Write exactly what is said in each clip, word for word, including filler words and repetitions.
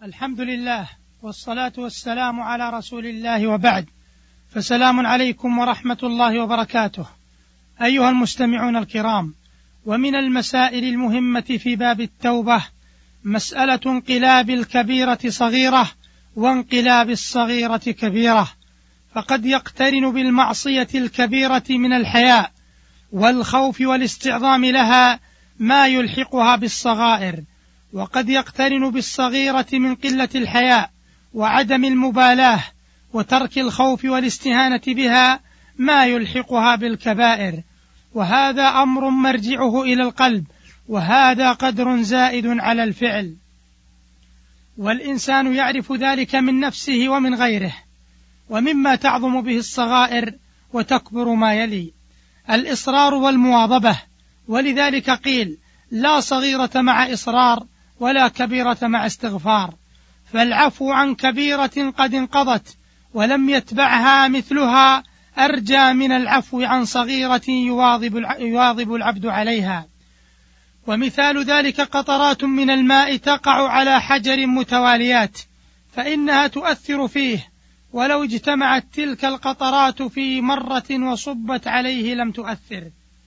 الحمد لله والصلاة والسلام على رسول الله وبعد، فسلام عليكم ورحمة الله وبركاته. أيها المستمعون الكرام، ومن المسائل المهمة في باب التوبة مسألة انقلاب الكبيرة صغيرة وانقلاب الصغيرة كبيرة، فقد يقترن بالمعصية الكبيرة من الحياء والخوف والاستعظام لها ما يلحقها بالصغائر، وقد يقترن بالصغيرة من قلة الحياء وعدم المبالاة وترك الخوف والاستهانة بها ما يلحقها بالكبائر، وهذا أمر مرجعه إلى القلب، وهذا قدر زائد على الفعل، والإنسان يعرف ذلك من نفسه ومن غيره. ومما تعظم به الصغائر وتكبر ما يلي الإصرار والمواظبة، ولذلك قيل: لا صغيرة مع إصرار ولا كبيرة مع استغفار، فالعفو عن كبيرة قد انقضت ولم يتبعها مثلها أرجى من العفو عن صغيرة يواظب يواظب العبد عليها. ومثال ذلك قطرات من الماء تقع على حجر متواليات فإنها تؤثر فيه، ولو اجتمعت تلك القطرات في مرة وصبت عليه لم تؤثر.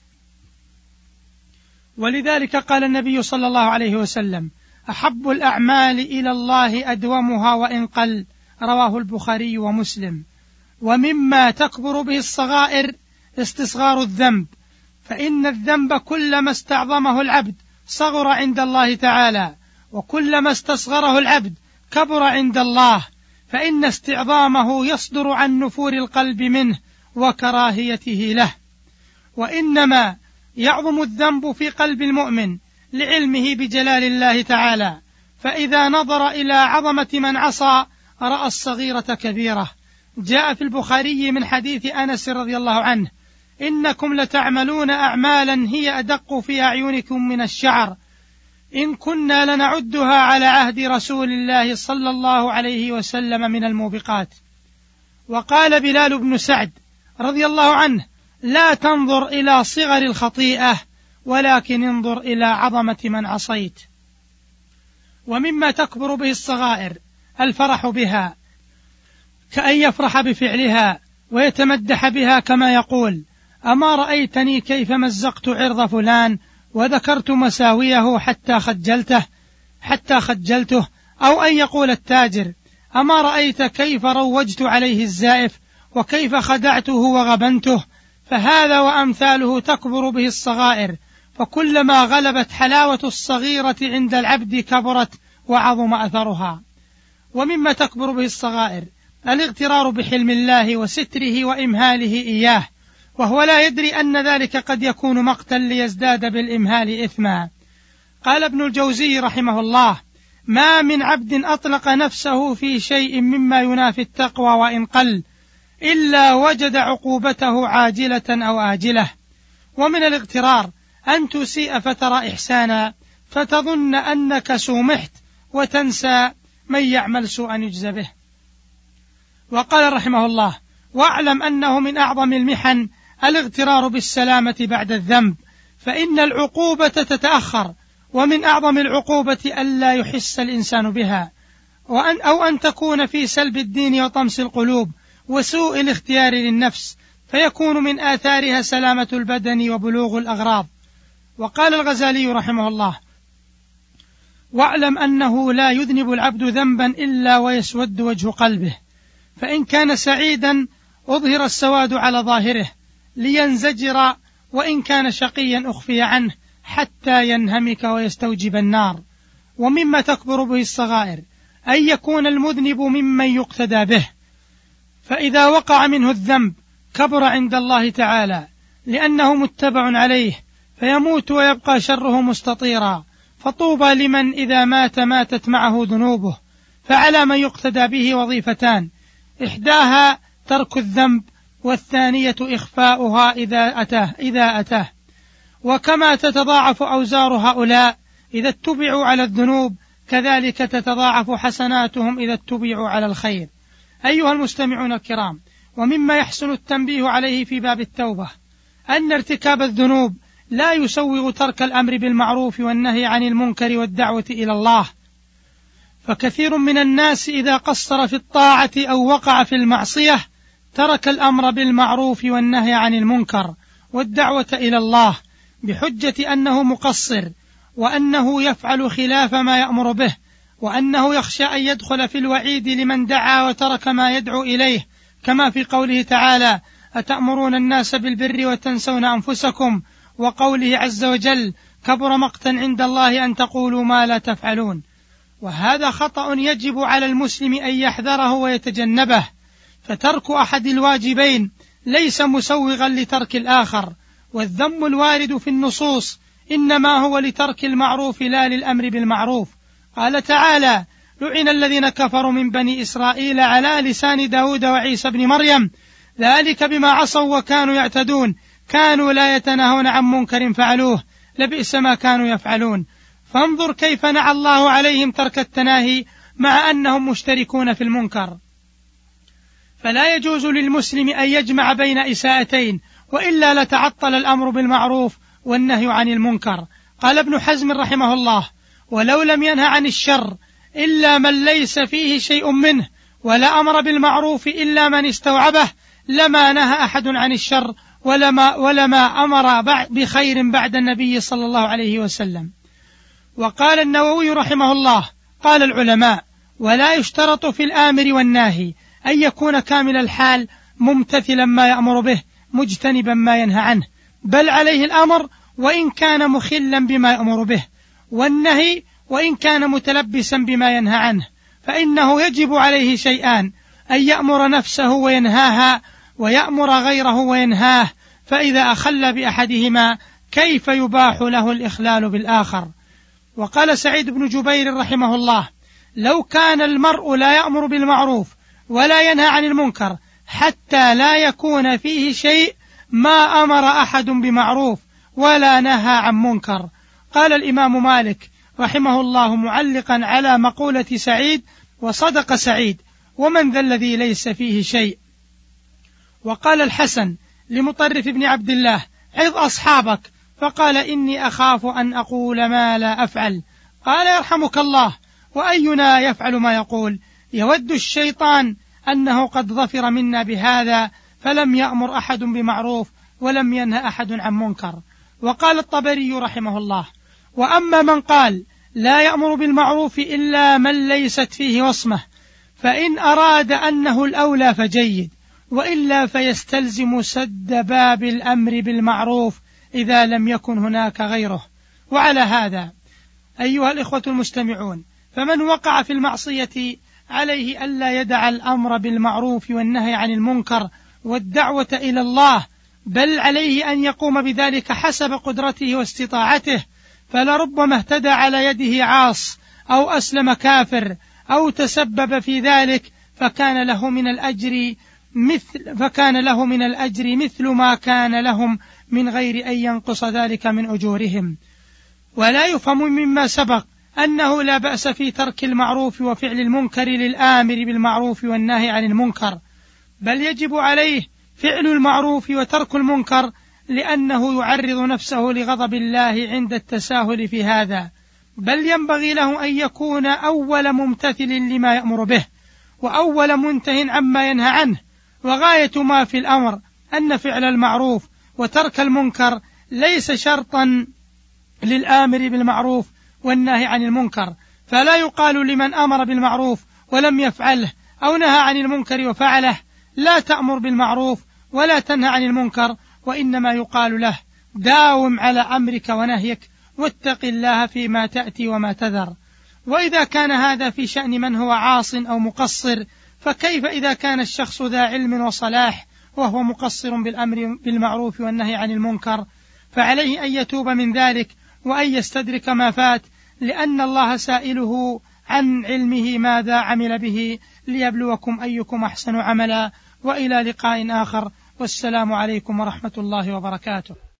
ولذلك قال النبي صلى الله عليه وسلم: أحب الأعمال إلى الله أدومها وإن قل، رواه البخاري ومسلم. ومما تكبر به الصغائر استصغار الذنب، فإن الذنب كلما استعظمه العبد صغر عند الله تعالى، وكلما استصغره العبد كبر عند الله، فإن استعظامه يصدر عن نفور القلب منه وكراهيته له. وإنما يعظم الذنب في قلب المؤمن لعلمه بجلال الله تعالى، فإذا نظر إلى عظمة من عصى رأى الصغيرة كبيرة. جاء في البخاري من حديث أنس رضي الله عنه: إنكم لتعملون أعمالا هي أدق في أعينكم من الشعر، إن كنا لنعدها على عهد رسول الله صلى الله عليه وسلم من الموبقات. وقال بلال بن سعد رضي الله عنه: لا تنظر إلى صغر الخطيئة ولكن انظر إلى عظمة من عصيت. ومما تكبر به الصغائر الفرح بها، كأن يفرح بفعلها ويتمدح بها كما يقول: أما رأيتني كيف مزقت عرض فلان وذكرت مساويه حتى خجلته حتى خجلته أو أن يقول التاجر: أما رأيت كيف روجت عليه الزائف وكيف خدعته وغبنته. فهذا وأمثاله تكبر به الصغائر، فكلما غلبت حلاوة الصغيرة عند العبد كبرت وعظم أثرها. ومما تكبر به الصغائر الاغترار بحلم الله وستره وإمهاله إياه، وهو لا يدري أن ذلك قد يكون مقتا ليزداد بالإمهال إثما. قال ابن الجوزي رحمه الله: ما من عبد أطلق نفسه في شيء مما ينافي التقوى وإن قل إلا وجد عقوبته عاجلة أو آجلة. ومن الاغترار أن تسيء فترى إحسانا فتظن أنك سومحت وتنسى من يعمل سوءا يجزى به. وقال رحمه الله: واعلم أنه من أعظم المحن الاغترار بالسلامة بعد الذنب، فإن العقوبة تتأخر، ومن أعظم العقوبة ألا يحس الإنسان بها، وأن أو أن تكون في سلب الدين وطمس القلوب وسوء الاختيار للنفس، فيكون من آثارها سلامة البدن وبلوغ الأغراض. وقال الغزالي رحمه الله: واعلم أنه لا يذنب العبد ذنبا إلا ويسود وجه قلبه، فإن كان سعيدا أظهر السواد على ظاهره لينزجر، وإن كان شقيا أخفي عنه حتى ينهمك ويستوجب النار. ومما تكبر به الصغائر أن يكون المذنب ممن يقتدى به، فإذا وقع منه الذنب كبر عند الله تعالى لأنه متبع عليه، فيموت ويبقى شره مستطيرا. فطوبى لمن إذا مات ماتت معه ذنوبه. فعلى من يقتدى به وظيفتان: إحداها ترك الذنب، والثانية إخفاؤها إذا أتاه إذا أتاه. وكما تتضاعف أوزار هؤلاء إذا اتبعوا على الذنوب، كذلك تتضاعف حسناتهم إذا اتبعوا على الخير. أيها المستمعون الكرام، ومما يحسن التنبيه عليه في باب التوبة أن ارتكاب الذنوب لا يسوغ ترك الأمر بالمعروف والنهي عن المنكر والدعوة إلى الله، فكثير من الناس إذا قصر في الطاعة أو وقع في المعصية ترك الأمر بالمعروف والنهي عن المنكر والدعوة إلى الله بحجة أنه مقصر، وأنه يفعل خلاف ما يأمر به، وأنه يخشى أن يدخل في الوعيد لمن دعا وترك ما يدعو إليه، كما في قوله تعالى: أتأمرون الناس بالبر وتنسون أنفسكم، وقوله عز وجل: كبر مقتا عند الله أن تقولوا ما لا تفعلون. وهذا خطأ يجب على المسلم أن يحذره ويتجنبه، فترك أحد الواجبين ليس مسوغا لترك الآخر، والذم الوارد في النصوص إنما هو لترك المعروف لا للأمر بالمعروف. قال تعالى: لعن الذين كفروا من بني إسرائيل على لسان داود وعيسى بن مريم ذلك بما عصوا وكانوا يعتدون كانوا لا يتناهون عن منكر فعلوه لبئس ما كانوا يفعلون. فانظر كيف نعى الله عليهم ترك التناهي مع أنهم مشتركون في المنكر. فلا يجوز للمسلم أن يجمع بين إساءتين، وإلا لتعطل الأمر بالمعروف والنهي عن المنكر. قال ابن حزم رحمه الله: ولو لم ينهى عن الشر إلا من ليس فيه شيء منه، ولا أمر بالمعروف إلا من استوعبه، لما نهى أحد عن الشر ولما, ولما أمر بخير بعد النبي صلى الله عليه وسلم. وقال النووي رحمه الله: قال العلماء: ولا يشترط في الآمر والناهي أن يكون كامل الحال ممتثلا ما يأمر به مجتنبا ما ينهى عنه، بل عليه الأمر وإن كان مخلا بما يأمر به، والنهي وإن كان متلبسا بما ينهى عنه، فإنه يجب عليه شيئان: أن يأمر نفسه وينهاها، ويأمر غيره وينهاه، فإذا أخل بأحدهما كيف يباح له الإخلال بالآخر. وقال سعيد بن جبير رحمه الله: لو كان المرء لا يأمر بالمعروف ولا ينهى عن المنكر حتى لا يكون فيه شيء ما أمر أحد بمعروف ولا نهى عن منكر. قال الإمام مالك رحمه الله معلقا على مقولة سعيد: وصدق سعيد، ومن ذا الذي ليس فيه شيء. وقال الحسن لمطرف بن عبد الله: عظ أصحابك، فقال: إني أخاف أن أقول ما لا أفعل. قال: يرحمك الله، وأينا يفعل ما يقول؟ يود الشيطان أنه قد ظفر منا بهذا، فلم يأمر أحد بمعروف ولم ينهى أحد عن منكر. وقال الطبري رحمه الله: وأما من قال لا يأمر بالمعروف إلا من ليست فيه وصمة، فإن أراد أنه الأولى فجيد، وإلا فيستلزم سد باب الأمر بالمعروف إذا لم يكن هناك غيره. وعلى هذا أيها الإخوة المستمعون، فمن وقع في المعصية عليه ألا يدع الأمر بالمعروف والنهي عن المنكر والدعوة إلى الله، بل عليه أن يقوم بذلك حسب قدرته واستطاعته، فلربما اهتدى على يده عاص أو أسلم كافر أو تسبب في ذلك، فكان له من الأجر مثل فكان له من الأجر مثل ما كان لهم من غير أن ينقص ذلك من أجورهم. ولا يفهم مما سبق أنه لا بأس في ترك المعروف وفعل المنكر للآمر بالمعروف والنهي عن المنكر، بل يجب عليه فعل المعروف وترك المنكر، لأنه يعرض نفسه لغضب الله عند التساهل في هذا، بل ينبغي له أن يكون أول ممتثل لما يأمر به، وأول منته عما ينهى عنه. وغاية ما في الأمر أن فعل المعروف وترك المنكر ليس شرطا للآمر بالمعروف والنهي عن المنكر، فلا يقال لمن أمر بالمعروف ولم يفعله أو نهى عن المنكر وفعله: لا تأمر بالمعروف ولا تنهى عن المنكر، وإنما يقال له: داوم على أمرك ونهيك، واتق الله فيما تأتي وما تذر. وإذا كان هذا في شأن من هو عاص أو مقصر، فكيف إذا كان الشخص ذا علم وصلاح وهو مقصر بالأمر بالمعروف والنهي عن المنكر؟ فعليه أن يتوب من ذلك وأن يستدرك ما فات، لأن الله سائله عن علمه ماذا عمل به، ليبلوكم أيكم أحسن عملا. وإلى لقاء آخر، والسلام عليكم ورحمة الله وبركاته.